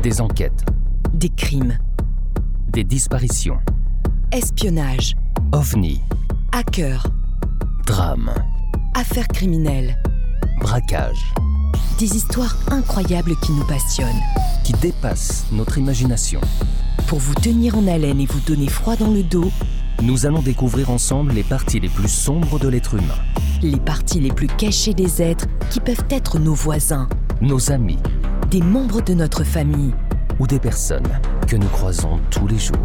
Des enquêtes. Des crimes. Des disparitions. Espionnage. OVNI. Hackers. Drame. Affaires criminelles. Braquage. Des histoires incroyables qui nous passionnent. Qui dépassent notre imagination. Pour vous tenir en haleine et vous donner froid dans le dos, nous allons découvrir ensemble les parties les plus sombres de l'être humain. Les parties les plus cachées des êtres qui peuvent être nos voisins, nos amis, des membres de notre famille ou des personnes que nous croisons tous les jours.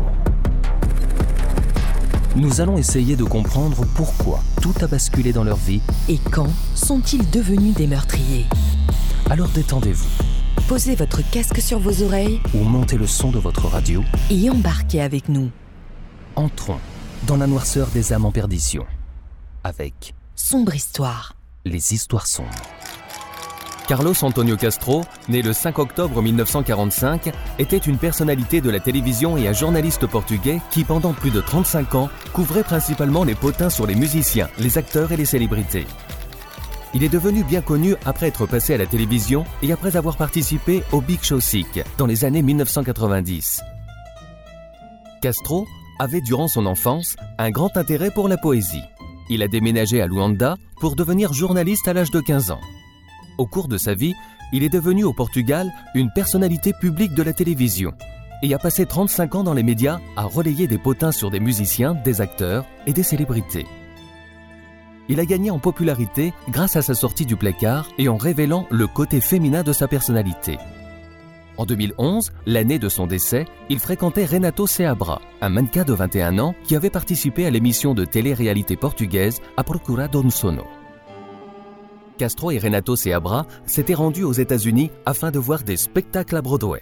Nous allons essayer de comprendre pourquoi tout a basculé dans leur vie et quand sont-ils devenus des meurtriers. Alors détendez-vous. Posez votre casque sur vos oreilles ou montez le son de votre radio et embarquez avec nous. Entrons dans la noirceur des âmes en perdition avec Sombre Histoire. Les histoires sombres. Carlos Antonio Castro, né le 5 octobre 1945, était une personnalité de la télévision et un journaliste portugais qui, pendant plus de 35 ans, couvrait principalement les potins sur les musiciens, les acteurs et les célébrités. Il est devenu bien connu après être passé à la télévision et après avoir participé au Big Show Sick dans les années 1990. Castro avait, durant son enfance, un grand intérêt pour la poésie. Il a déménagé à Luanda pour devenir journaliste à l'âge de 15 ans. Au cours de sa vie, il est devenu au Portugal une personnalité publique de la télévision et a passé 35 ans dans les médias à relayer des potins sur des musiciens, des acteurs et des célébrités. Il a gagné en popularité grâce à sa sortie du placard et en révélant le côté féminin de sa personnalité. En 2011, l'année de son décès, il fréquentait Renato Seabra, un mannequin de 21 ans qui avait participé à l'émission de télé-réalité portugaise A Procura de um Sonho. Castro et Renato Seabra s'étaient rendus aux États-Unis afin de voir des spectacles à Broadway.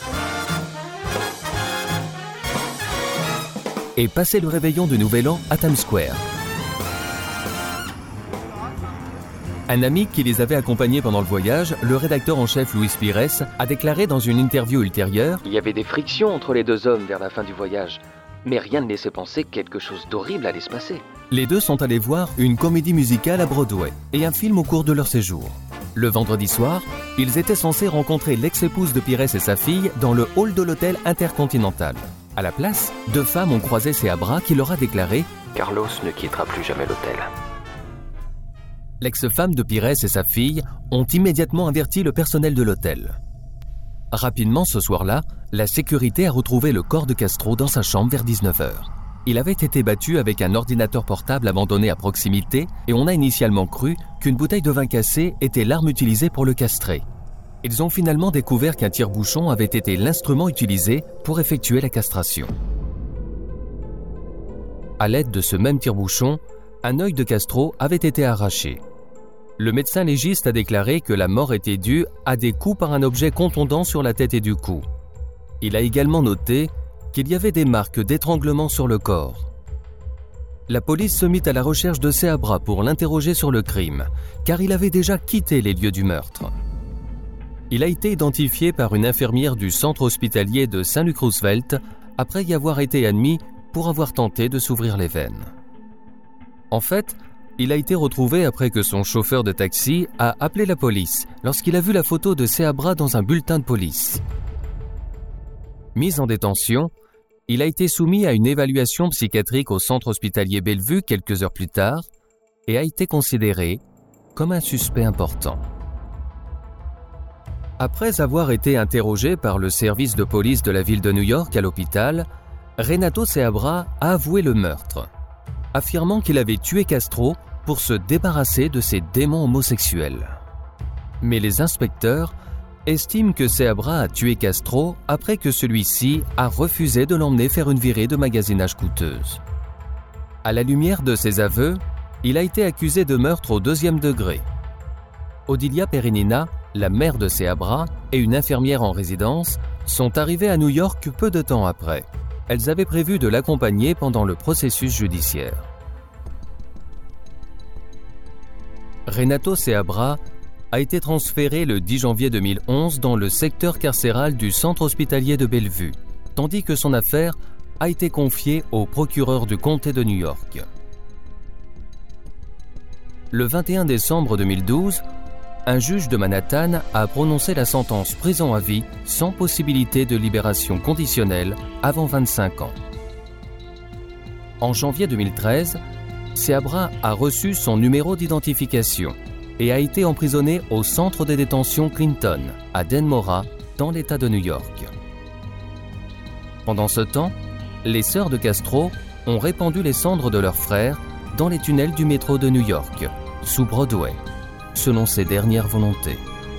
Et passer le réveillon du Nouvel An à Times Square. Un ami qui les avait accompagnés pendant le voyage, le rédacteur en chef Luis Pires, a déclaré dans une interview ultérieure « Il y avait des frictions entre les deux hommes vers la fin du voyage, mais rien ne laissait penser que quelque chose d'horrible allait se passer. » Les deux sont allés voir une comédie musicale à Broadway et un film au cours de leur séjour. Le vendredi soir, ils étaient censés rencontrer l'ex-épouse de Pires et sa fille dans le hall de l'hôtel Intercontinental. À la place, deux femmes ont croisé Seabra qui leur a déclaré « Carlos ne quittera plus jamais l'hôtel. » L'ex-femme de Pires et sa fille ont immédiatement averti le personnel de l'hôtel. Rapidement ce soir-là, la sécurité a retrouvé le corps de Castro dans sa chambre vers 19h. Il avait été battu avec un ordinateur portable abandonné à proximité et on a initialement cru qu'une bouteille de vin cassée était l'arme utilisée pour le castrer. Ils ont finalement découvert qu'un tire-bouchon avait été l'instrument utilisé pour effectuer la castration. À l'aide de ce même tire-bouchon, un œil de Castro avait été arraché. Le médecin légiste a déclaré que la mort était due à des coups par un objet contondant sur la tête et du cou. Il a également noté qu'il y avait des marques d'étranglement sur le corps. La police se mit à la recherche de Seabra pour l'interroger sur le crime, car il avait déjà quitté les lieux du meurtre. Il a été identifié par une infirmière du centre hospitalier de Saint-Luc-Roosevelt après y avoir été admis pour avoir tenté de s'ouvrir les veines. En fait, il a été retrouvé après que son chauffeur de taxi a appelé la police lorsqu'il a vu la photo de Seabra dans un bulletin de police. Mis en détention, il a été soumis à une évaluation psychiatrique au centre hospitalier Bellevue quelques heures plus tard et a été considéré comme un suspect important. Après avoir été interrogé par le service de police de la ville de New York à l'hôpital, Renato Seabra a avoué le meurtre, affirmant qu'il avait tué Castro pour se débarrasser de ses démons homosexuels. Mais les inspecteurs estiment que Seabra a tué Castro après que celui-ci a refusé de l'emmener faire une virée de magasinage coûteuse. À la lumière de ses aveux, il a été accusé de meurtre au 2e degré. Odilia Perenina, la mère de Seabra, et une infirmière en résidence sont arrivées à New York peu de temps après. Elles avaient prévu de l'accompagner pendant le processus judiciaire. Renato Seabra a été transféré le 10 janvier 2011 dans le secteur carcéral du centre hospitalier de Bellevue, tandis que son affaire a été confiée au procureur du comté de New York. Le 21 décembre 2012, un juge de Manhattan a prononcé la sentence prison à vie sans possibilité de libération conditionnelle avant 25 ans. En janvier 2013, Seabra a reçu son numéro d'identification et a été emprisonné au centre de détention Clinton, à Dannemora, dans l'État de New York. Pendant ce temps, les sœurs de Castro ont répandu les cendres de leur frère dans les tunnels du métro de New York, sous Broadway, selon ses dernières volontés.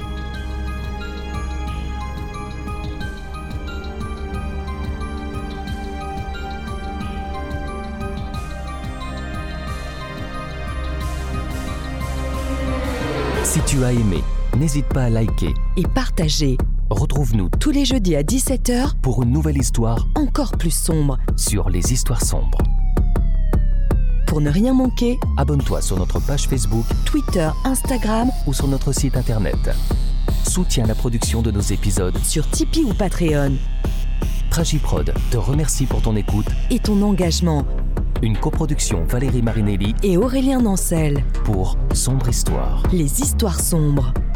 Si tu as aimé, n'hésite pas à liker Et partagez Retrouve-nous tous les jeudis à 17h pour une nouvelle histoire encore plus sombre. sur les histoires sombres. Pour ne rien manquer, Abonne-toi sur notre page Facebook Twitter, Instagram, ou sur notre site internet. Soutiens la production de nos épisodes. sur Tipeee ou Patreon. Tragiprod te remercie pour ton écoute. Et ton engagement. Une coproduction Valérie Marinelli Et Aurélien Nancel. pour Sombre Histoire. Les histoires sombres.